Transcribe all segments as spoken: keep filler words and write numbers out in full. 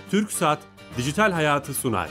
TürkSat Dijital Hayatı sunar.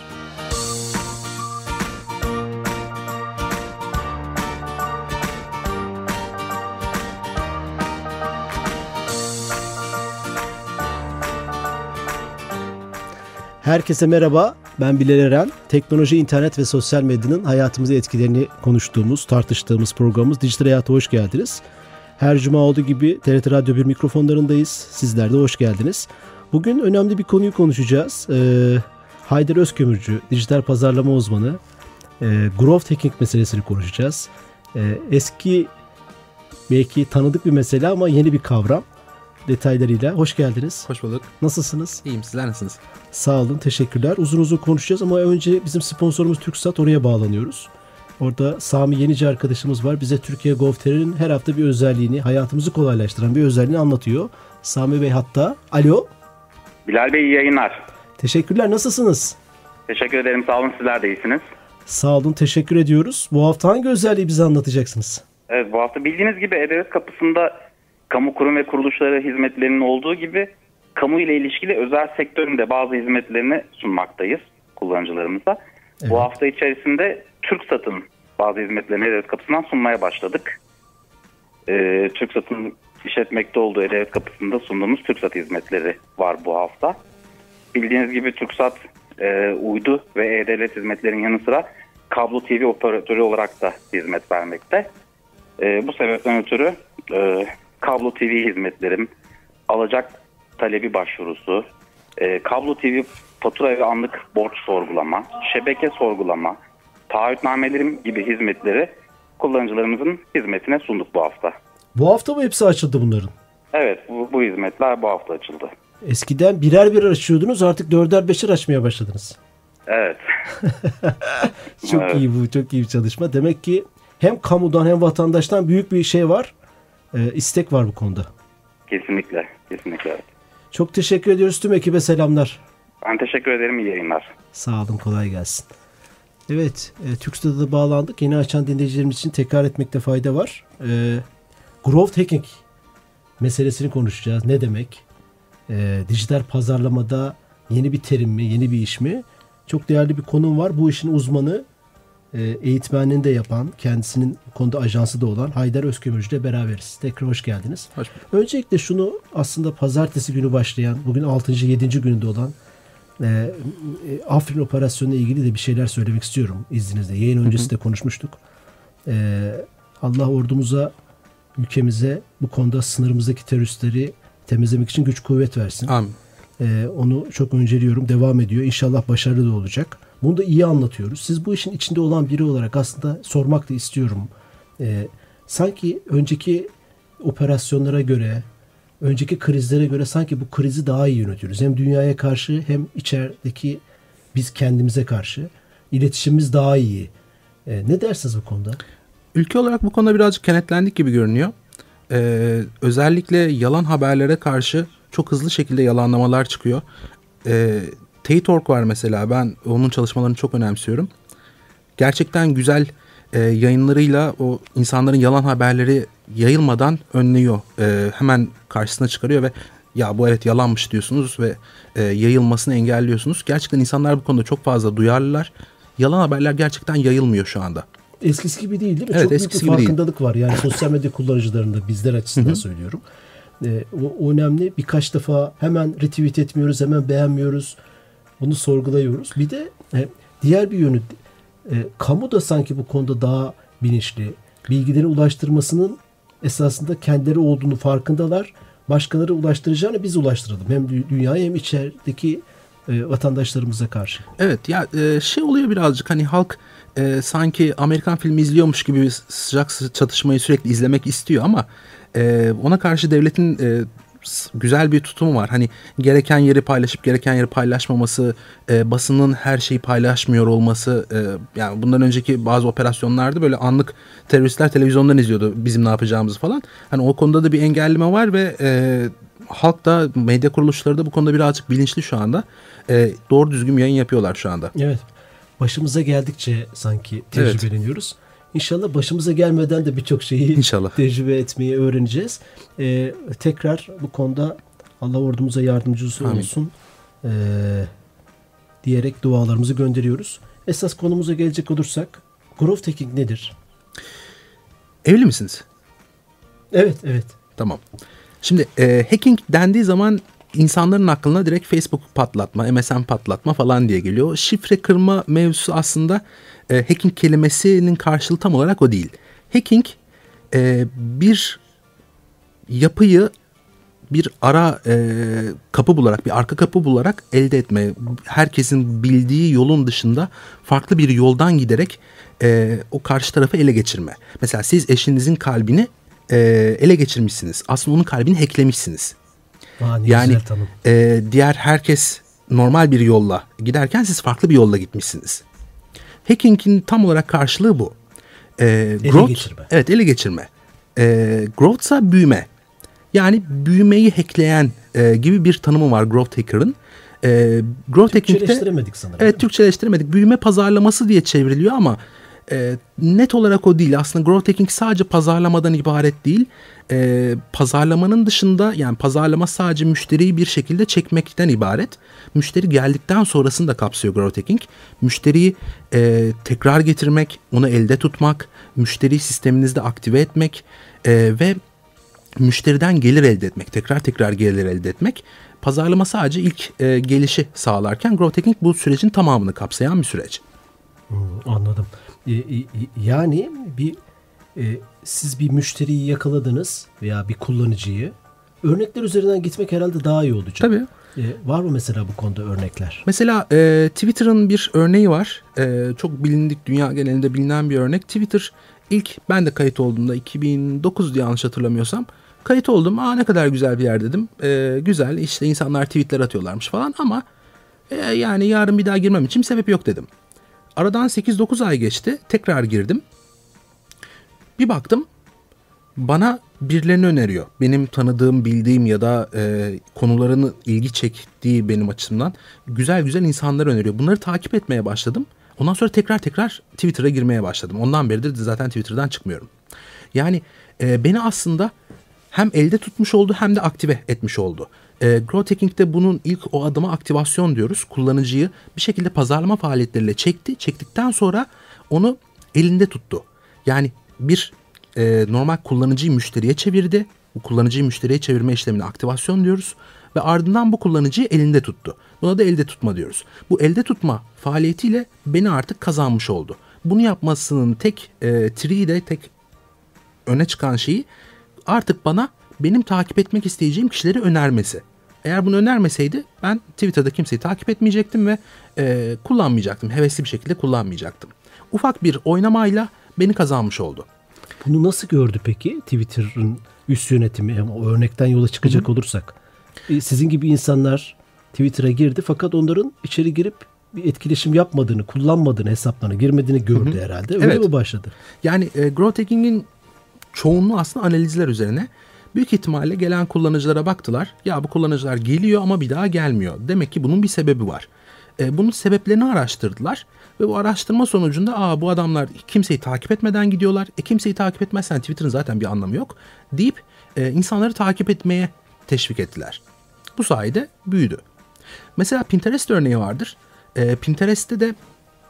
Herkese merhaba, ben Bilal Eren. Teknoloji, internet ve sosyal medyanın hayatımıza etkilerini konuştuğumuz, tartıştığımız programımız Dijital Hayat'a hoş geldiniz. Her cuma olduğu gibi T R T Radyo bir mikrofonlarındayız. Sizler de hoş geldiniz. Bugün önemli bir konuyu konuşacağız. Ee, Haydar Özkömürcü, dijital pazarlama uzmanı, e, growth hacking meselesini konuşacağız. E, eski, belki tanıdık bir mesele ama yeni bir kavram. Detaylarıyla. Hoş geldiniz. Hoş bulduk. Nasılsınız? İyiyim. Sizler nasılsınız? Sağ olun. Teşekkürler. Uzun uzun konuşacağız ama önce bizim sponsorumuz TürkSat, oraya bağlanıyoruz. Orada Sami Yenici arkadaşımız var. Bize Türkiye Gov.tr'nin her hafta bir özelliğini, hayatımızı kolaylaştıran bir özelliğini anlatıyor. Sami Bey hatta. Alo. Bilal Bey, iyi yayınlar. Teşekkürler. Nasılsınız? Teşekkür ederim. Sağ olun. Sizler de iyisiniz. Sağ olun. Teşekkür ediyoruz. Bu hafta hangi özelliği bize anlatacaksınız? Evet, bu hafta bildiğiniz gibi E-Devlet kapısında kamu kurum ve kuruluşları hizmetlerinin olduğu gibi kamu ile ilişkili özel sektörün de bazı hizmetlerini sunmaktayız kullanıcılarımıza. Evet. Bu hafta içerisinde TürkSat'ın bazı hizmetlerini E-Devlet kapısından sunmaya başladık. Ee, TürkSat'ın işletmekte olduğu E-Devlet kapısında sunduğumuz TürkSat hizmetleri var bu hafta. Bildiğiniz gibi TürkSat e, uydu ve E-Devlet hizmetlerinin yanı sıra kablo T V operatörü olarak da hizmet vermekte. E, bu sebepten ötürü e, kablo T V hizmetlerim, alacak talebi başvurusu, e, kablo T V fatura ve anlık borç sorgulama, şebeke sorgulama, taahhütnamelerim gibi hizmetleri kullanıcılarımızın hizmetine sunduk bu hafta. Bu hafta mı hepsi açıldı bunların? Evet, bu, bu hizmetler bu hafta açıldı. Eskiden birer birer açıyordunuz, artık dörder beşer açmaya başladınız. Evet. Çok evet. iyi bu, çok iyi bir çalışma. Demek ki hem kamudan hem vatandaştan büyük bir şey var, e, istek var bu konuda. Kesinlikle, kesinlikle evet. Çok teşekkür ediyoruz, tüm ekibe selamlar. Ben teşekkür ederim, iyi yayınlar. Sağ olun, kolay gelsin. Evet, e, TürkSat'a da bağlandık. Yeni açan dinleyicilerimiz için tekrar etmekte fayda var. E, growth hacking meselesini konuşacağız. Ne demek? E, dijital pazarlamada yeni bir terim mi, yeni bir iş mi? Çok değerli bir konum var. Bu işin uzmanı, e, eğitmenliğini de yapan, kendisinin bu konuda ajansı da olan Haydar Özkömürcü ile beraberiz. Tekrar hoş geldiniz. Hoş Öncelikle şunu, aslında pazartesi günü başlayan, bugün altıncı yedinci gününde olan e, e, Afrin operasyonuyla ilgili de bir şeyler söylemek istiyorum izninizle. Yayın öncesi de konuşmuştuk. E, Allah ordumuza, ülkemize bu konuda sınırımızdaki teröristleri temizlemek için güç kuvvet versin. Amin. Ee, onu çok önceliyorum. Devam ediyor. İnşallah başarılı da olacak. Bunu da iyi anlatıyoruz. Siz bu işin içinde olan biri olarak aslında sormak da istiyorum. Ee, sanki önceki operasyonlara göre, önceki krizlere göre sanki bu krizi daha iyi yönetiyoruz. Hem dünyaya karşı hem içerideki biz kendimize karşı. İletişimimiz daha iyi. Ee, ne dersiniz bu konuda? Ülke olarak bu konuda birazcık kenetlendik gibi görünüyor. Ee, özellikle yalan haberlere karşı çok hızlı şekilde yalanlamalar çıkıyor. Ee, Teytork var mesela. Ben onun çalışmalarını çok önemsiyorum. Gerçekten güzel e, yayınlarıyla o insanların yalan haberleri yayılmadan önlüyor. E, hemen karşısına çıkarıyor ve ya bu evet yalanmış diyorsunuz ve e, yayılmasını engelliyorsunuz. Gerçekten insanlar bu konuda çok fazla duyarlılar. Yalan haberler gerçekten yayılmıyor şu anda. Eskisi gibi değil değil mi? Evet, çok büyük bir farkındalık değil. var. Yani sosyal medya kullanıcılarında bizler açısından söylüyorum. E, o, o önemli. Birkaç defa hemen retweet etmiyoruz, hemen beğenmiyoruz. Bunu sorguluyoruz. Bir de e, diğer bir yönü, e, kamu da sanki bu konuda daha bilinçli. Bilgileri ulaştırmasının esasında kendileri olduğunu farkındalar. Başkaları ulaştıracağını biz ulaştıralım. Hem dünyaya hem içerideki e, vatandaşlarımıza karşı. Evet ya e, şey oluyor birazcık, hani halk e, sanki Amerikan filmi izliyormuş gibi bir sıcak çatışmayı sürekli izlemek istiyor ama e, ona karşı devletin e, güzel bir tutumu var. Hani gereken yeri paylaşıp gereken yeri paylaşmaması, e, basının her şeyi paylaşmıyor olması. E, yani bundan önceki bazı operasyonlarda böyle anlık teröristler televizyondan izliyordu bizim ne yapacağımızı falan. Hani o konuda da bir engelleme var ve e, halk da, medya kuruluşları da bu konuda birazcık bilinçli şu anda. E, doğru düzgün yayın yapıyorlar şu anda. Evet. Başımıza geldikçe sanki tecrübeleniyoruz. Evet. İnşallah başımıza gelmeden de birçok şeyi İnşallah. tecrübe etmeyi öğreneceğiz. Ee, tekrar bu konuda Allah ordumuza yardımcısı olsun. Ee, e, diyerek dualarımızı gönderiyoruz. Esas konumuza gelecek olursak growth hacking nedir? Evli misiniz? Evet, evet. Tamam. Şimdi e, hacking dendiği zaman insanların aklına direkt Facebook patlatma, M S N patlatma falan diye geliyor. Şifre kırma mevzusu aslında e, hacking kelimesinin karşılığı tam olarak o değil. Hacking e, bir yapıyı bir ara e, kapı bularak, bir arka kapı bularak elde etme. Herkesin bildiği yolun dışında farklı bir yoldan giderek e, o karşı tarafı ele geçirme. Mesela siz eşinizin kalbini e, ele geçirmişsiniz. Aslında onun kalbini hacklemişsiniz. Aa, ne Yani güzel tanım. e, diğer herkes normal bir yolla giderken siz farklı bir yolla gitmişsiniz. Hacking'in tam olarak karşılığı bu. E, ele growth, geçirme. Evet, ele geçirme. E, growth ise büyüme. Yani büyümeyi hackleyen e, gibi bir tanımı var growth hacker'ın. E, growth hacking'te Türkçeleştiremedik sanırım. evet, Türkçeleştiremedik. Büyüme pazarlaması diye çevriliyor ama e, net olarak o değil. Aslında growth hacking sadece pazarlamadan ibaret değil. E, pazarlamanın dışında, yani pazarlama sadece müşteriyi bir şekilde çekmekten ibaret. Müşteri geldikten sonrasını da kapsıyor growth hacking. Müşteriyi e, tekrar getirmek, onu elde tutmak, müşteriyi sisteminizde aktive etmek e, ve müşteriden gelir elde etmek, tekrar tekrar gelir elde etmek. Pazarlama sadece ilk e, gelişi sağlarken growth hacking bu sürecin tamamını kapsayan bir süreç. Hmm, anladım. E, e, yani bir e, siz bir müşteriyi yakaladınız veya bir kullanıcıyı. Örnekler üzerinden gitmek herhalde daha iyi olacak. Tabii. E, var mı mesela bu konuda örnekler? Mesela e, Twitter'ın bir örneği var. E, çok bilindik, dünya genelinde bilinen bir örnek. Twitter ilk ben de kayıt olduğumda iki bin dokuz diye yanlış hatırlamıyorsam kayıt oldum. Aa, ne kadar güzel bir yer dedim. E, güzel, işte insanlar tweetler atıyorlarmış falan ama e, yani yarın bir daha girmem için bir sebep yok dedim. Aradan sekiz dokuz ay geçti. Tekrar girdim. Bir baktım bana birilerini öneriyor. Benim tanıdığım, bildiğim ya da e, konularını ilgi çektiği benim açımdan güzel güzel insanlar öneriyor. Bunları takip etmeye başladım. Ondan sonra tekrar tekrar Twitter'a girmeye başladım. Ondan beridir de zaten Twitter'dan çıkmıyorum. Yani e, beni aslında hem elde tutmuş oldu hem de aktive etmiş oldu. E, growth hacking'de bunun ilk o adıma aktivasyon diyoruz. Kullanıcıyı bir şekilde pazarlama faaliyetleriyle çekti. Çektikten sonra onu elinde tuttu. Yani bir e, normal kullanıcıyı müşteriye çevirdi. Bu kullanıcıyı müşteriye çevirme işlemine aktivasyon diyoruz. Ve ardından bu kullanıcıyı elinde tuttu. Buna da elde tutma diyoruz. Bu elde tutma faaliyetiyle beni artık kazanmış oldu. Bunu yapmasının tek e, triği de tek öne çıkan şeyi artık bana benim takip etmek isteyeceğim kişileri önermesi. Eğer bunu önermeseydi ben Twitter'da kimseyi takip etmeyecektim ve e, kullanmayacaktım. Hevesli bir şekilde kullanmayacaktım. Ufak bir oynamayla beni kazanmış oldu. Bunu nasıl gördü peki Twitter'ın üst yönetimi? Yani o örnekten yola çıkacak Hı-hı. olursak. E, sizin gibi insanlar Twitter'a girdi fakat onların içeri girip bir etkileşim yapmadığını, kullanmadığını, hesaplarına girmediğini gördü Hı-hı. herhalde. Öyle evet. mi başladı? Yani e, growth hacking'in çoğunluğu aslında analizler üzerine. Büyük ihtimalle gelen kullanıcılara baktılar. Ya bu kullanıcılar geliyor ama bir daha gelmiyor. Demek ki bunun bir sebebi var. E, bunun sebeplerini araştırdılar. Ve bu araştırma sonucunda Aa, bu adamlar kimseyi takip etmeden gidiyorlar. E kimseyi takip etmezsen Twitter'ın zaten bir anlamı yok deyip e, insanları takip etmeye teşvik ettiler. Bu sayede büyüdü. Mesela Pinterest örneği vardır. E, Pinterest'te de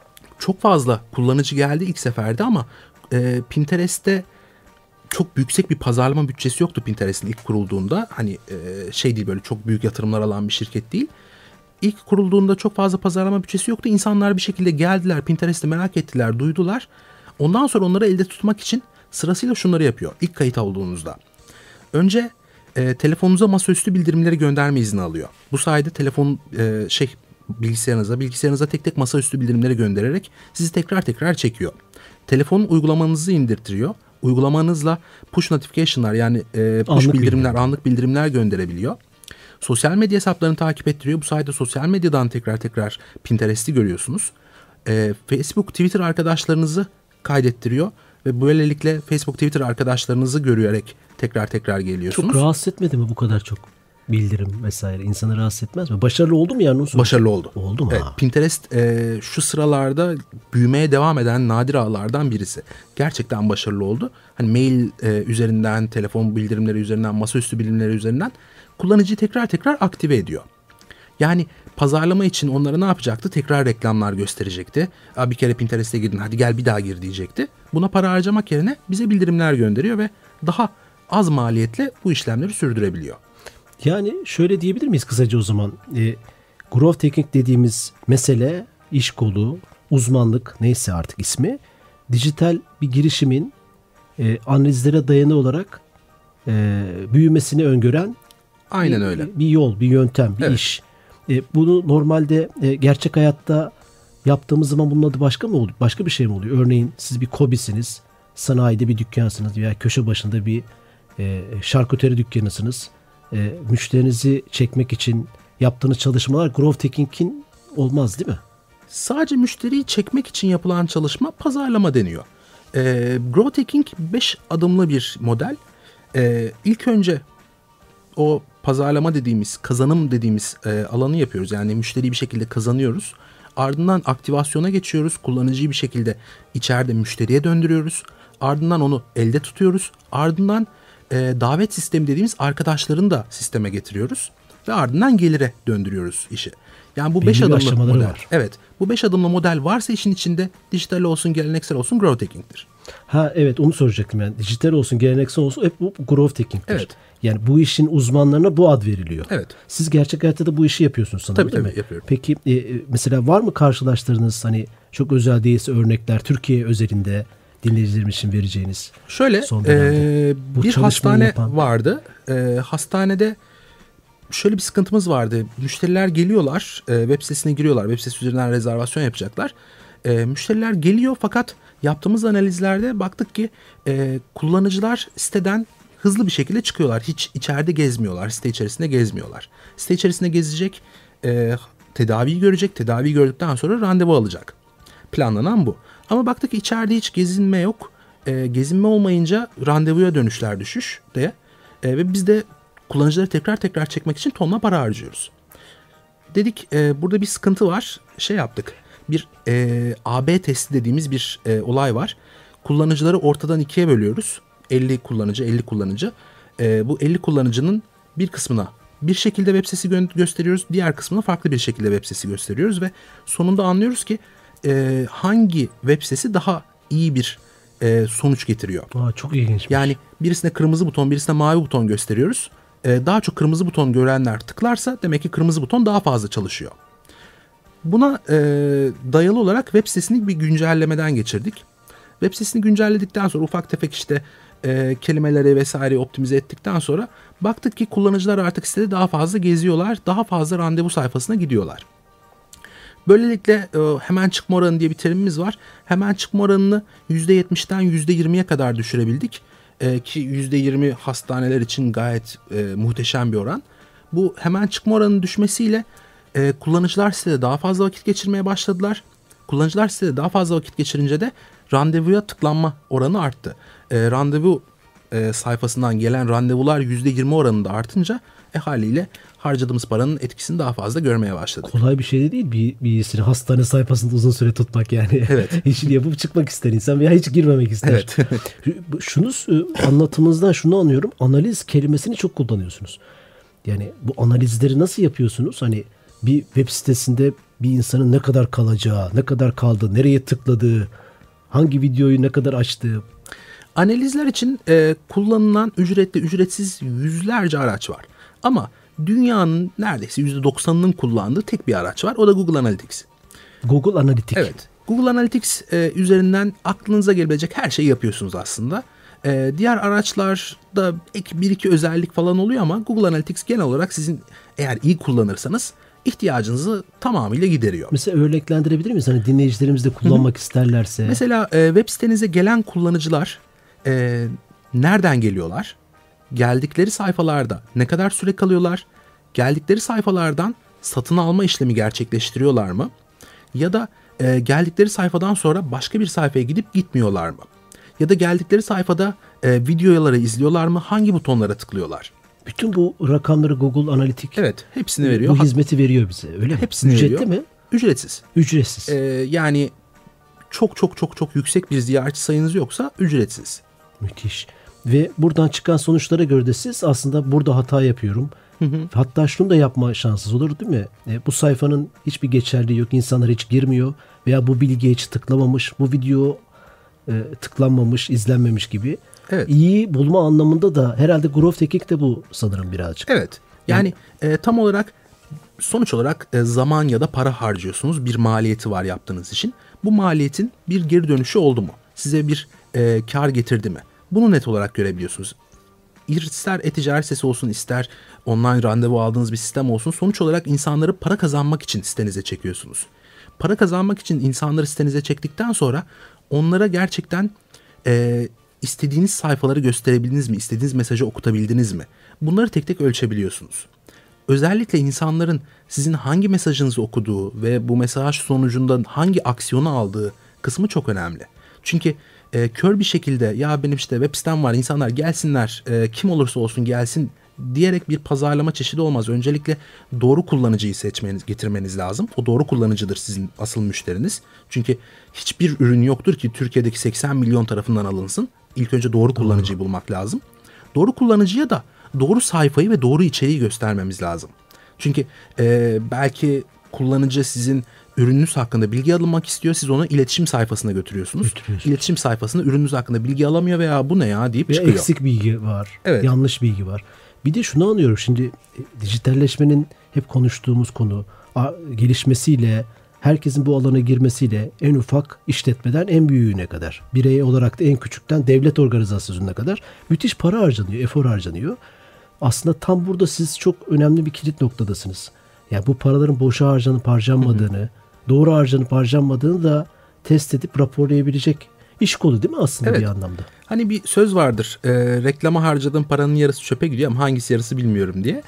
çok fazla kullanıcı geldi ilk seferde ama e, Pinterest'te çok yüksek bir pazarlama bütçesi yoktu Pinterest'in ilk kurulduğunda. Hani e, şey değil, böyle çok büyük yatırımlar alan bir şirket değil. İlk kurulduğunda çok fazla pazarlama bütçesi yoktu. İnsanlar bir şekilde geldiler, Pinterest'i merak ettiler, duydular. Ondan sonra onları elde tutmak için sırasıyla şunları yapıyor ilk kayıt olduğunuzda. Önce e, telefonunuza masaüstü bildirimleri gönderme izni alıyor. Bu sayede telefon e, şey bilgisayarınıza, bilgisayarınıza tek tek masaüstü bildirimleri göndererek sizi tekrar tekrar çekiyor. Telefonun uygulamanızı indirtiriyor. Uygulamanızla push notification'lar yani e, push anlık bildirimler, bildirim. anlık bildirimler gönderebiliyor. Sosyal medya hesaplarını takip ettiriyor. Bu sayede sosyal medyadan tekrar tekrar Pinterest'i görüyorsunuz. E, Facebook, Twitter arkadaşlarınızı kaydettiriyor ve böylelikle Facebook, Twitter arkadaşlarınızı görerek tekrar tekrar geliyorsunuz. Çok rahatsız etmedi mi bu kadar çok bildirim vesaire? İnsanı rahatsız etmez mi? Başarılı oldu mu yani? Başarılı oldu. Oldu mu? Evet, Pinterest e, şu sıralarda büyümeye devam eden nadir ağlardan birisi. Gerçekten başarılı oldu. Hani mail e, üzerinden, telefon bildirimleri üzerinden, masaüstü bildirimleri üzerinden kullanıcıyı tekrar tekrar aktive ediyor. Yani pazarlama için onlara ne yapacaktı? Tekrar reklamlar gösterecekti. Bir kere Pinterest'e girdin, hadi gel bir daha gir diyecekti. Buna para harcamak yerine bize bildirimler gönderiyor ve daha az maliyetle bu işlemleri sürdürebiliyor. Yani şöyle diyebilir miyiz kısaca o zaman? E, growth hacking dediğimiz mesele, iş kolu, uzmanlık neyse artık ismi, dijital bir girişimin e, analizlere dayanı olarak e, büyümesini öngören Aynen bir, öyle. bir yol, bir yöntem, bir Evet. iş. E, bunu normalde e, gerçek hayatta yaptığımız zaman bunun adı başka mı oluyor? Başka bir şey mi oluyor? Örneğin siz bir KOBİ'siniz, sanayide bir dükkansınız veya köşe başında bir e, şarküteri dükkanısınız. E, müşterinizi çekmek için yaptığınız çalışmalar growth hacking'in olmaz değil mi? Sadece müşteriyi çekmek için yapılan çalışma pazarlama deniyor. E, growth hacking beş adımlı bir model. E, ilk önce o pazarlama dediğimiz, kazanım dediğimiz e, alanı yapıyoruz. Yani müşteriyi bir şekilde kazanıyoruz. Ardından aktivasyona geçiyoruz. Kullanıcıyı bir şekilde içeride müşteriye döndürüyoruz. Ardından onu elde tutuyoruz. Ardından e, davet sistemi dediğimiz arkadaşlarını da sisteme getiriyoruz. Ve ardından gelire döndürüyoruz işi. Yani bu Belli beş bir adımlı aşamaları model. var. Evet. Bu beş adımlı model varsa işin içinde dijital olsun, geleneksel olsun growth hacking'tir. Ha evet, onu soracaktım yani. Dijital olsun, geleneksel olsun hep bu growth hacking'tir. Evet. Yani bu işin uzmanlarına bu ad veriliyor. Evet. Siz gerçek hayatta da bu işi yapıyorsunuz sanırım, Tabii, değil tabii, mi? yapıyorum. Peki e, mesela var mı karşılaştırdığınız hani çok özel değilse örnekler Türkiye özelinde dinleyicilerimiz için vereceğiniz? Şöyle Son dönemde. e, Bu bir çalışmayı hastane yapan- vardı. E, hastanede şöyle bir sıkıntımız vardı. Müşteriler geliyorlar, e, web sitesine giriyorlar. Web sitesi üzerinden rezervasyon yapacaklar. E, müşteriler geliyor fakat yaptığımız analizlerde baktık ki e, kullanıcılar siteden hızlı bir şekilde çıkıyorlar. Hiç içeride gezmiyorlar, site içerisinde gezmiyorlar. Site içerisinde gezecek, e, tedaviyi görecek, tedaviyi gördükten sonra randevu alacak. Planlanan bu. Ama baktık ki içeride hiç gezinme yok. E, gezinme olmayınca randevuya dönüşler düşüş de e, ve biz de kullanıcıları tekrar tekrar çekmek için tonla para harcıyoruz. Dedik e, burada bir sıkıntı var. Şey yaptık. Bir e, A B testi dediğimiz bir e, olay var. Kullanıcıları ortadan ikiye bölüyoruz. elli kullanıcı, elli kullanıcı. E, bu elli kullanıcının bir kısmına bir şekilde web sitesi gö- gösteriyoruz. Diğer kısmına farklı bir şekilde web sitesi gösteriyoruz ve sonunda anlıyoruz ki e, hangi web sitesi daha iyi bir e, sonuç getiriyor. Aa, çok ilginç. Yani birisine kırmızı buton, birisine mavi buton gösteriyoruz. Ee, daha çok kırmızı buton görenler tıklarsa demek ki kırmızı buton daha fazla çalışıyor. Buna e, dayalı olarak web sitesini bir güncellemeden geçirdik. Web sitesini güncelledikten sonra ufak tefek işte e, kelimeleri vesaire optimize ettikten sonra baktık ki kullanıcılar artık sitede daha fazla geziyorlar, daha fazla randevu sayfasına gidiyorlar. Böylelikle e, hemen çıkma oranı diye bir terimimiz var. Hemen çıkma oranını yüzde yetmişten yüzde yirmiye kadar düşürebildik. E, ki yüzde yirmi hastaneler için gayet e, muhteşem bir oran. Bu hemen çıkma oranının düşmesiyle e, kullanıcılar sitede daha fazla vakit geçirmeye başladılar. Kullanıcılar sitede daha fazla vakit geçirince de randevuya tıklanma oranı arttı. E, randevu e, sayfasından gelen randevular yüzde yirmi oranında artınca e, haliyle harcadığımız paranın etkisini daha fazla görmeye başladık. Kolay bir şey de değil bir, birisini hastane sayfasında uzun süre tutmak yani. Evet. İşini yapıp çıkmak ister insan veya hiç girmemek ister. Evet. Şunu anlatımınızdan şunu anlıyorum. Analiz kelimesini çok kullanıyorsunuz. Yani bu analizleri nasıl yapıyorsunuz? Hani bir web sitesinde bir insanın ne kadar kalacağı, ne kadar kaldığı, nereye tıkladığı, hangi videoyu ne kadar açtığı. Analizler için e, kullanılan ücretli ücretsiz yüzlerce araç var. Ama dünyanın neredeyse yüzde doksanının kullandığı tek bir araç var. O da Google Analytics. Google Analytics. Evet. Google Analytics e, üzerinden aklınıza gelebilecek her şeyi yapıyorsunuz aslında. E, diğer araçlarda ek bir iki özellik falan oluyor ama Google Analytics genel olarak sizin eğer iyi kullanırsanız ihtiyacınızı tamamıyla gideriyor. Mesela örneklendirebilir miyiz? Hani dinleyicilerimiz de kullanmak Hı-hı. isterlerse. Mesela e, web sitenize gelen kullanıcılar e, nereden geliyorlar? Geldikleri sayfalarda ne kadar süre kalıyorlar? Geldikleri sayfalardan satın alma işlemi gerçekleştiriyorlar mı? Ya da e, geldikleri sayfadan sonra başka bir sayfaya gidip gitmiyorlar mı? Ya da geldikleri sayfada e, videoları izliyorlar mı? Hangi butonlara tıklıyorlar? Bütün bu rakamları Google Analytics evet, hepsini veriyor. Bu hizmeti veriyor bize, öyle mi? Hepsini Ücretli veriyor. mi? Ücretsiz. Ücretsiz. Ee, yani çok çok çok çok yüksek bir ziyaretçi sayınız yoksa ücretsiz. Müthiş. Ve buradan çıkan sonuçlara göre de siz aslında burada hata yapıyorum. Hı hı. Hatta şunu da yapma şanssız olur değil mi? E, bu sayfanın hiçbir geçerliği yok. İnsanlar hiç girmiyor veya bu bilgiye hiç tıklamamış. Bu video e, tıklanmamış, izlenmemiş gibi. Evet. İyi bulma anlamında da herhalde growth hacking de bu sanırım birazcık. Evet. Yani, yani e, tam olarak sonuç olarak e, zaman ya da para harcıyorsunuz. Bir maliyeti var yaptığınız için. Bu maliyetin bir geri dönüşü oldu mu? Size bir e, kar getirdi mi? Bunu net olarak görebiliyorsunuz. İster e-ticaret sitesi olsun, ister online randevu aldığınız bir sistem olsun. Sonuç olarak insanları para kazanmak için sitenize çekiyorsunuz. Para kazanmak için insanları sitenize çektikten sonra onlara gerçekten e, istediğiniz sayfaları gösterebildiniz mi? İstediğiniz mesajı okutabildiniz mi? Bunları tek tek ölçebiliyorsunuz. Özellikle insanların sizin hangi mesajınızı okuduğu ve bu mesaj sonucunda hangi aksiyonu aldığı kısmı çok önemli. Çünkü e, kör bir şekilde ya benim işte web sitem var, insanlar gelsinler, e, kim olursa olsun gelsin diyerek bir pazarlama çeşidi olmaz. Öncelikle doğru kullanıcıyı seçmeniz, getirmeniz lazım. O doğru kullanıcıdır sizin asıl müşteriniz. Çünkü hiçbir ürün yoktur ki Türkiye'deki seksen milyon tarafından alınsın. İlk önce doğru kullanıcıyı bulmak lazım. Doğru kullanıcıya da doğru sayfayı ve doğru içeriği göstermemiz lazım. Çünkü e, belki kullanıcı sizin ürününüz hakkında bilgi almak istiyor. Siz onu iletişim sayfasına götürüyorsunuz. İletişim sayfasında ürününüz hakkında bilgi alamıyor veya bu ne ya deyip ve çıkıyor. Eksik bilgi var. Evet. Yanlış bilgi var. Bir de şunu anlıyorum. Şimdi dijitalleşmenin hep konuştuğumuz konu gelişmesiyle, herkesin bu alana girmesiyle en ufak işletmeden en büyüğüne kadar, birey olarak da en küçükten devlet organizasyonuna kadar müthiş para harcanıyor, efor harcanıyor. Aslında tam burada siz çok önemli bir kilit noktadasınız. Yani bu paraların boşa harcanıp harcanmadığını, hı hı. doğru harcanıp harcanmadığını da test edip raporlayabilecek iş kolu değil mi aslında evet. bir anlamda? Hani bir söz vardır, e, reklama harcadığım paranın yarısı çöpe gidiyor ama hangisi yarısı bilmiyorum diye.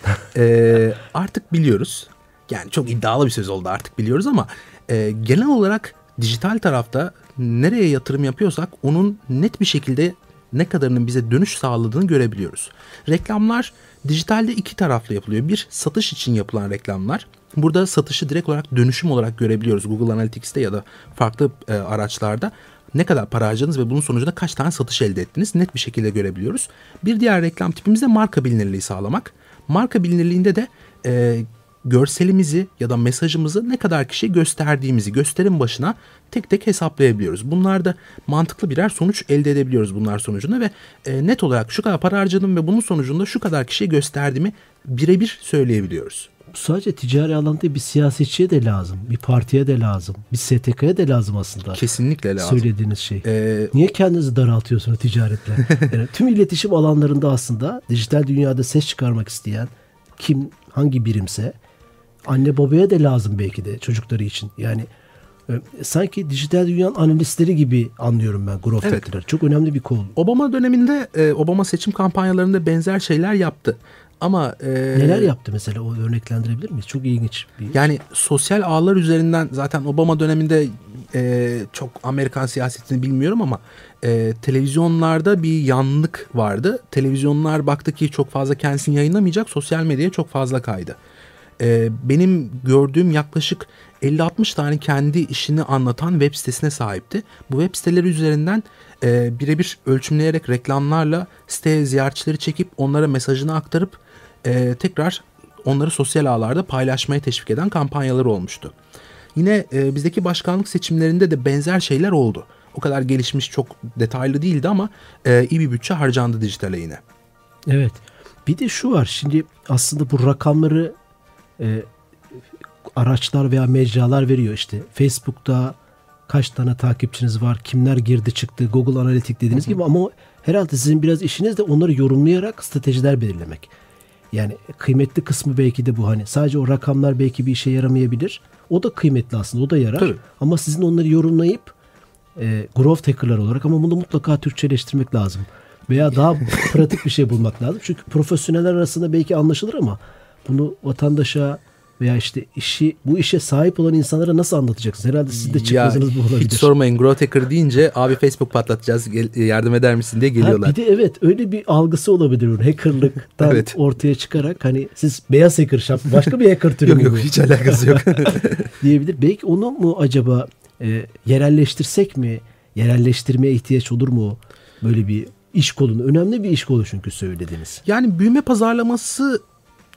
E, artık biliyoruz. Yani çok iddialı bir söz oldu, artık biliyoruz ama e, genel olarak dijital tarafta nereye yatırım yapıyorsak onun net bir şekilde ne kadarının bize dönüş sağladığını görebiliyoruz. Reklamlar dijitalde iki taraflı yapılıyor. Bir, satış için yapılan reklamlar. Burada satışı direkt olarak dönüşüm olarak görebiliyoruz. Google Analytics'te ya da farklı e, araçlarda ne kadar para harcadınız ve bunun sonucunda kaç tane satış elde ettiniz net bir şekilde görebiliyoruz. Bir diğer reklam tipimiz de marka bilinirliği sağlamak. Marka bilinirliğinde de e, görselimizi ya da mesajımızı ne kadar kişiye gösterdiğimizi gösterim başına tek tek hesaplayabiliyoruz. Bunlar da mantıklı birer sonuç elde edebiliyoruz bunlar sonucunda ve e, net olarak şu kadar para harcadım ve bunun sonucunda şu kadar kişiye gösterdiğimi birebir söyleyebiliyoruz. Sadece ticari alanda değil, bir siyasetçiye de lazım, bir partiye de lazım, bir S T K'ya de lazım aslında. Kesinlikle lazım. Söylediğiniz şey. Ee, Niye kendinizi daraltıyorsunuz ticaretle? Yani tüm iletişim alanlarında aslında dijital dünyada ses çıkarmak isteyen kim, hangi birimse anne babaya da lazım belki de çocukları için. Yani e, sanki dijital dünyanın analistleri gibi anlıyorum ben growth evet. hack'leri. Çok önemli bir konu. Obama döneminde e, Obama seçim kampanyalarında benzer şeyler yaptı. Ama e, neler yaptı mesela, o örneklendirebilir miyiz? Çok ilginç. Bir... Yani sosyal ağlar üzerinden zaten Obama döneminde e, çok Amerikan siyasetini bilmiyorum ama e, televizyonlarda bir yanlılık vardı. Televizyonlar baktı ki çok fazla kendisini yayınlamayacak, sosyal medyaya çok fazla kaydı. E, benim gördüğüm yaklaşık elli altmış tane kendi işini anlatan web sitesine sahipti. Bu web siteleri üzerinden e, birebir ölçümleyerek reklamlarla siteye ziyaretçileri çekip onlara mesajını aktarıp e, tekrar onları sosyal ağlarda paylaşmaya teşvik eden kampanyaları olmuştu. Yine e, bizdeki başkanlık seçimlerinde de benzer şeyler oldu. O kadar gelişmiş, çok detaylı değildi ama e, iyi bir bütçe harcandı dijitale yine. Evet. Bir de şu var. Şimdi aslında bu rakamları e, araçlar veya mecralar veriyor. İşte Facebook'ta kaç tane takipçiniz var, kimler girdi çıktı, Google Analytics dediğiniz hı hı. gibi, ama herhalde sizin biraz işiniz de onları yorumlayarak stratejiler belirlemek. Yani kıymetli kısmı belki de bu, hani sadece o rakamlar belki bir işe yaramayabilir. O da kıymetli aslında, o da yarar. Tabii. Ama sizin onları yorumlayıp e, growth hacker'lar olarak, ama bunu mutlaka Türkçeleştirmek lazım. Veya daha pratik bir şey bulmak lazım. Çünkü profesyoneller arasında belki anlaşılır ama bunu vatandaşa veya işte işi, bu işe sahip olan insanlara nasıl anlatacaksınız? Herhalde siz de çıkmazınız bu olabilir. Hiç sormayın, growth hacker deyince abi Facebook patlatacağız, gel, yardım eder misin diye geliyorlar. Ha, bir de evet, öyle bir algısı olabilir onun. Hackerlıktan evet. ortaya çıkarak hani siz beyaz hacker şap, başka bir hacker türü yok yok hiç alakası yok diyebilir. Belki onu mu acaba e, yerelleştirsek mi? Yerelleştirmeye ihtiyaç olur mu? Böyle bir iş kolunu, önemli bir iş kolu çünkü söylediğiniz. Yani büyüme pazarlaması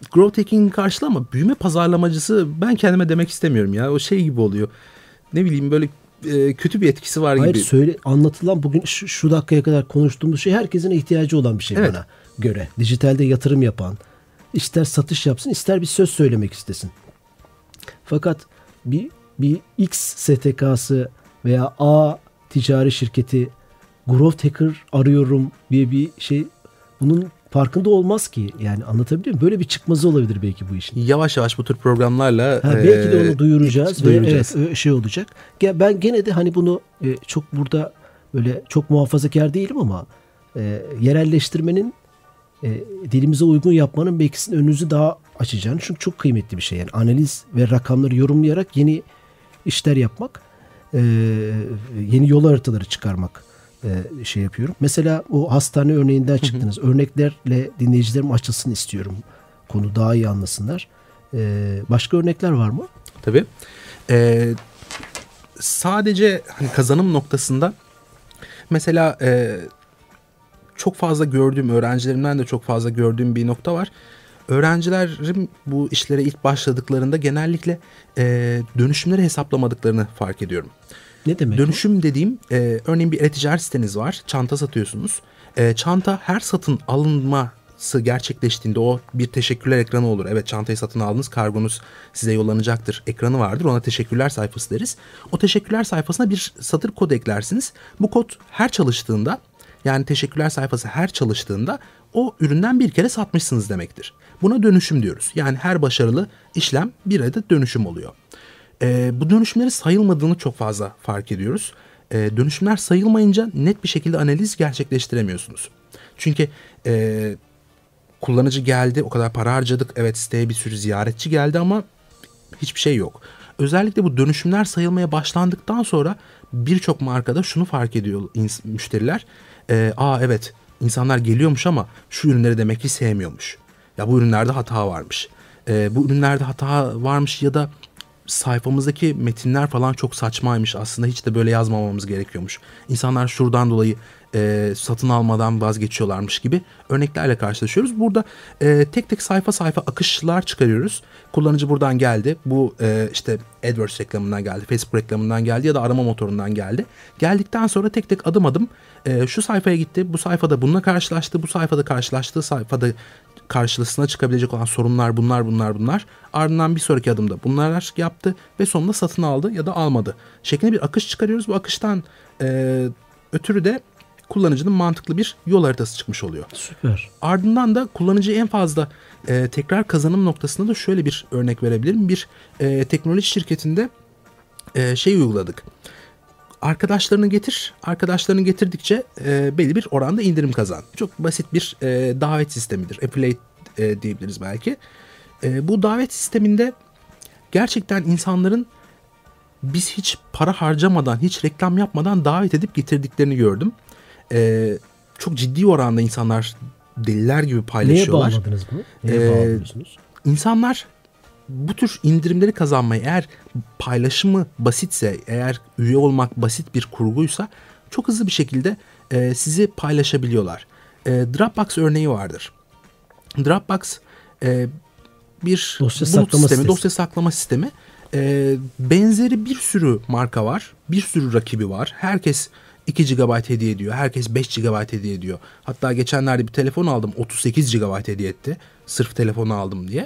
growth hacking karşılığı ama büyüme pazarlamacısı ben kendime demek istemiyorum ya. O şey gibi oluyor. Ne bileyim böyle e, kötü bir etkisi var Hayır, gibi. Hayır söyle anlatılan bugün şu, şu dakikaya kadar konuştuğumuz şey herkesin ihtiyacı olan bir şey Evet. bana göre. Dijitalde yatırım yapan, ister satış yapsın ister bir söz söylemek istesin. Fakat bir bir X S T K'sı veya A ticari şirketi growth hacker arıyorum diye bir şey, bunun farkında olmaz ki. Yani anlatabiliyor muyum? Böyle bir çıkmazı olabilir belki bu işin. Yavaş yavaş bu tür programlarla Ha, belki de e, onu duyuracağız, duyuracağız. ve evet şey olacak. Ya ben gene de hani bunu e, çok burada böyle çok muhafazakar değilim ama e, yerelleştirmenin e, dilimize uygun yapmanın belki sizin önünüzü daha açacağını, çünkü çok kıymetli bir şey. Yani analiz ve rakamları yorumlayarak yeni işler yapmak, e, yeni yol haritaları çıkarmak e, şey yapıyorum. Mesela o hastane örneğinden çıktınız. Hı hı. Örneklerle dinleyicilerim açılsın istiyorum. Konu daha iyi anlasınlar. E, başka örnekler var mı? Tabii. E, sadece hani kazanım noktasında mesela e, çok fazla gördüğüm, öğrencilerimden de çok fazla gördüğüm bir nokta var. Öğrencilerim bu işlere ilk başladıklarında genellikle e, dönüşümleri hesaplamadıklarını fark ediyorum. Ne demek? Dönüşüm o? dediğim e, örneğin bir e-ticaret siteniz var. Çanta satıyorsunuz. E, çanta her satın alınması gerçekleştiğinde o bir teşekkürler ekranı olur. Evet, çantayı satın aldınız, kargonuz size yollanacaktır ekranı vardır. Ona teşekkürler sayfası deriz. O teşekkürler sayfasına bir satır kod eklersiniz. Bu kod her çalıştığında, yani teşekkürler sayfası her çalıştığında o üründen bir kere satmışsınız demektir. Buna dönüşüm diyoruz. Yani her başarılı işlem bir adet dönüşüm oluyor. Ee, bu dönüşümleri sayılmadığını çok fazla fark ediyoruz. Ee, dönüşümler sayılmayınca net bir şekilde analiz gerçekleştiremiyorsunuz. Çünkü e, kullanıcı geldi, o kadar para harcadık. Evet, siteye bir sürü ziyaretçi geldi ama hiçbir şey yok. Özellikle bu dönüşümler sayılmaya başlandıktan sonra birçok markada şunu fark ediyor müşteriler. Ee, Aa evet, insanlar geliyormuş ama şu ürünleri demek ki sevmiyormuş. Ya bu ürünlerde hata varmış. Ee, bu ürünlerde hata varmış ya da sayfamızdaki metinler falan çok saçmaymış. Aslında hiç de böyle yazmamamız gerekiyormuş. İnsanlar şuradan dolayı e, satın almadan vazgeçiyorlarmış gibi örneklerle karşılaşıyoruz. Burada e, tek tek sayfa sayfa akışlar çıkarıyoruz. Kullanıcı buradan geldi. Bu e, işte AdWords reklamından geldi, Facebook reklamından geldi ya da arama motorundan geldi. Geldikten sonra tek tek adım adım e, şu sayfaya gitti. Bu sayfada bununla karşılaştı. Bu sayfada karşılaştığı sayfada karşısına çıkabilecek olan sorunlar bunlar bunlar bunlar. Ardından bir sonraki adımda bunlar yaptı ve sonunda satın aldı ya da almadı şeklinde bir akış çıkarıyoruz. Bu akıştan e, ötürü de kullanıcının mantıklı bir yol haritası çıkmış oluyor. Süper. Ardından da kullanıcıyı en fazla e, tekrar kazanım noktasında da şöyle bir örnek verebilirim. Bir e, teknoloji şirketinde e, şey uyguladık. Arkadaşlarını getir, arkadaşlarını getirdikçe e, belli bir oranda indirim kazan. Çok basit bir e, davet sistemidir. Affiliate e, diyebiliriz belki. E, bu davet sisteminde gerçekten insanların biz hiç para harcamadan, hiç reklam yapmadan davet edip getirdiklerini gördüm. E, çok ciddi oranda insanlar deliler gibi paylaşıyorlar. Neye bağladınız bunu? Neye e, bağlıyorsunuz? İnsanlar bu tür indirimleri kazanmayı, eğer paylaşımı basitse, eğer üye olmak basit bir kurguysa çok hızlı bir şekilde e, sizi paylaşabiliyorlar. E, Dropbox örneği vardır. Dropbox e, bir dosya bulut saklama sistemi, sistemi. dosya saklama sistemi. E, benzeri bir sürü marka var, bir sürü rakibi var. Herkes iki gigabayt hediye ediyor, herkes beş gigabayt hediye ediyor. Hatta geçenlerde bir telefon aldım, otuz sekiz gigabayt hediye etti. Sırf telefonu aldım diye.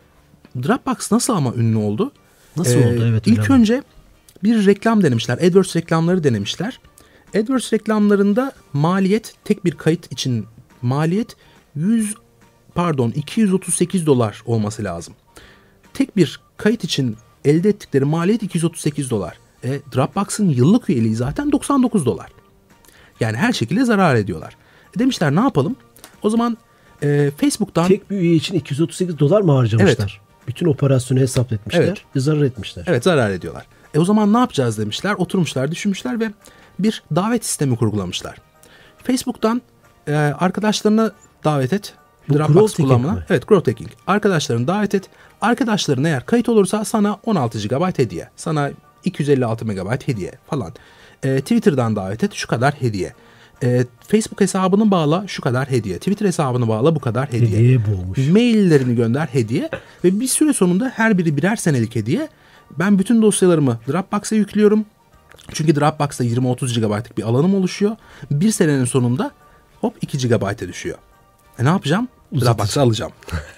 Dropbox nasıl ama ünlü oldu? Nasıl ee, oldu? Evet. İlk önce bir reklam denemişler. AdWords reklamları denemişler. AdWords reklamlarında maliyet, tek bir kayıt için maliyet yüz pardon iki yüz otuz sekiz dolar olması lazım. Tek bir kayıt için elde ettikleri maliyet iki yüz otuz sekiz dolar. E, Dropbox'ın yıllık üyeliği zaten doksan dokuz dolar. Yani her şekilde zarar ediyorlar. E, demişler ne yapalım? O zaman e, Facebook'tan... Tek bir üye için iki yüz otuz sekiz dolar mı harcamışlar? Evet. Bütün operasyonu hesaplatmışlar evet. ve zarar etmişler. Evet, zarar ediyorlar. E o zaman ne yapacağız demişler. Oturmuşlar, düşünmüşler ve bir davet sistemi kurgulamışlar. Facebook'tan e, arkadaşlarını davet et. Bu Dropbox kullanımına. Evet, growth hacking. Arkadaşlarını davet et. Arkadaşların eğer kayıt olursa sana on altı gigabayt hediye. Sana iki yüz elli altı megabayt hediye falan. E, Twitter'dan davet et. Şu kadar hediye. E, Facebook hesabını bağla şu kadar hediye. Twitter hesabını bağla bu kadar hediye. Hediye boğmuş. Maillerini gönder hediye. Ve bir süre sonunda her biri birer senelik hediye. Ben bütün dosyalarımı Dropbox'a yüklüyorum. Çünkü Dropbox'ta yirmi otuz gigabaytlık bir alanım oluşuyor. Bir senenin sonunda hop iki gigabayta düşüyor. E ne yapacağım? Dropbox'a alacağım.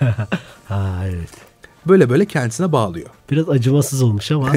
Ha evet. Böyle böyle kendisine bağlıyor. Biraz acımasız olmuş ama.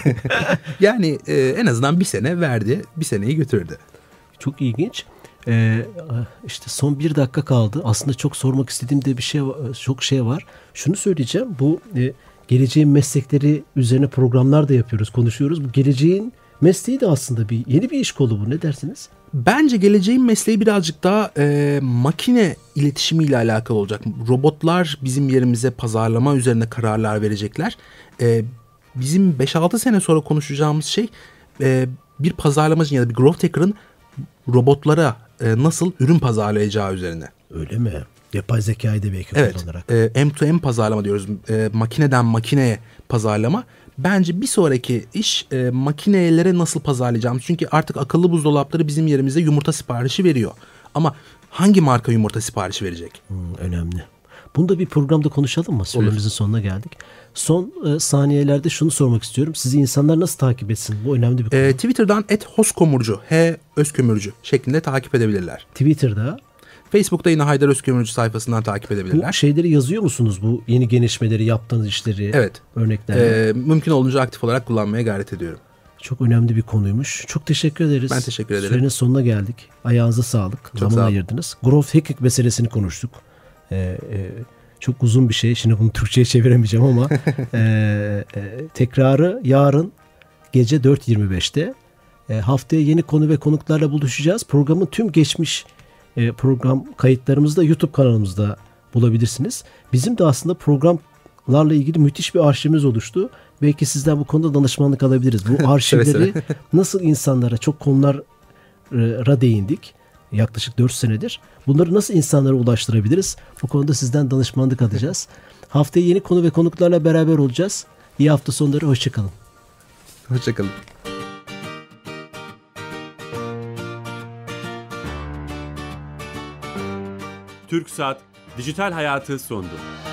Yani e, en azından bir sene verdi. Bir seneyi götürdü. Çok ilginç. Ee, işte son bir dakika kaldı. Aslında çok sormak istediğim de bir şey var, çok şey var. Şunu söyleyeceğim. Bu e, geleceğin meslekleri üzerine programlar da yapıyoruz, konuşuyoruz. Bu geleceğin mesleği de aslında bir yeni bir iş kolu bu. Ne dersiniz? Bence geleceğin mesleği birazcık daha e, makine iletişimiyle alakalı olacak. Robotlar bizim yerimize pazarlama üzerine kararlar verecekler. E, bizim beş altı sene sonra konuşacağımız şey e, bir pazarlamacının ya da bir growth hacker'ın robotlara e, nasıl ürün pazarlayacağı üzerine. Öyle mi? Yapay zekayı da belki Evet. kullanarak. E, M to M pazarlama diyoruz. E, makineden makineye pazarlama. Bence bir sonraki iş e, makinelere nasıl pazarlayacağımız. Çünkü artık akıllı buzdolapları bizim yerimize yumurta siparişi veriyor. Ama hangi marka yumurta siparişi verecek? Hmm, önemli. Bunu da bir programda konuşalım mı? Süremizin sonuna geldik. Son e, saniyelerde şunu sormak istiyorum. Sizi insanlar nasıl takip etsin? Bu önemli bir konu. E, Twitter'dan et hoskomurcu, H özkömürcü şeklinde takip edebilirler. Twitter'da. Facebook'ta yine Haydar Özkömürcü sayfasından takip Bu edebilirler. şeyleri yazıyor musunuz? Bu yeni gelişmeleri, yaptığınız işleri, Evet. örnekleri. E, mümkün olduğunca aktif olarak kullanmaya gayret ediyorum. Çok önemli bir konuymuş. Çok teşekkür ederiz. Ben teşekkür ederim. Sürenin sonuna geldik. Ayağınıza sağlık. Çok Zaman sağ olun. ayırdınız. Growth hacking meselesini konuştuk. Ee, e, çok uzun bir şey. Şimdi bunu Türkçe'ye çeviremeyeceğim ama e, e, tekrarı yarın gece dört yirmi beşte. E, haftaya yeni konu ve konuklarla buluşacağız. Programın tüm geçmiş e, program kayıtlarımızı da YouTube kanalımızda bulabilirsiniz. Bizim de aslında programlarla ilgili müthiş bir arşivimiz oluştu. Belki sizden bu konuda danışmanlık alabiliriz. Bu arşivleri nasıl insanlara, çok konulara değindik. Yaklaşık dört senedir. Bunları nasıl insanlara ulaştırabiliriz? Bu konuda sizden danışmanlık alacağız. Haftaya yeni konu ve konuklarla beraber olacağız. İyi hafta sonları. Hoşçakalın. Hoşçakalın. TürkSat Dijital Hayatı sondu.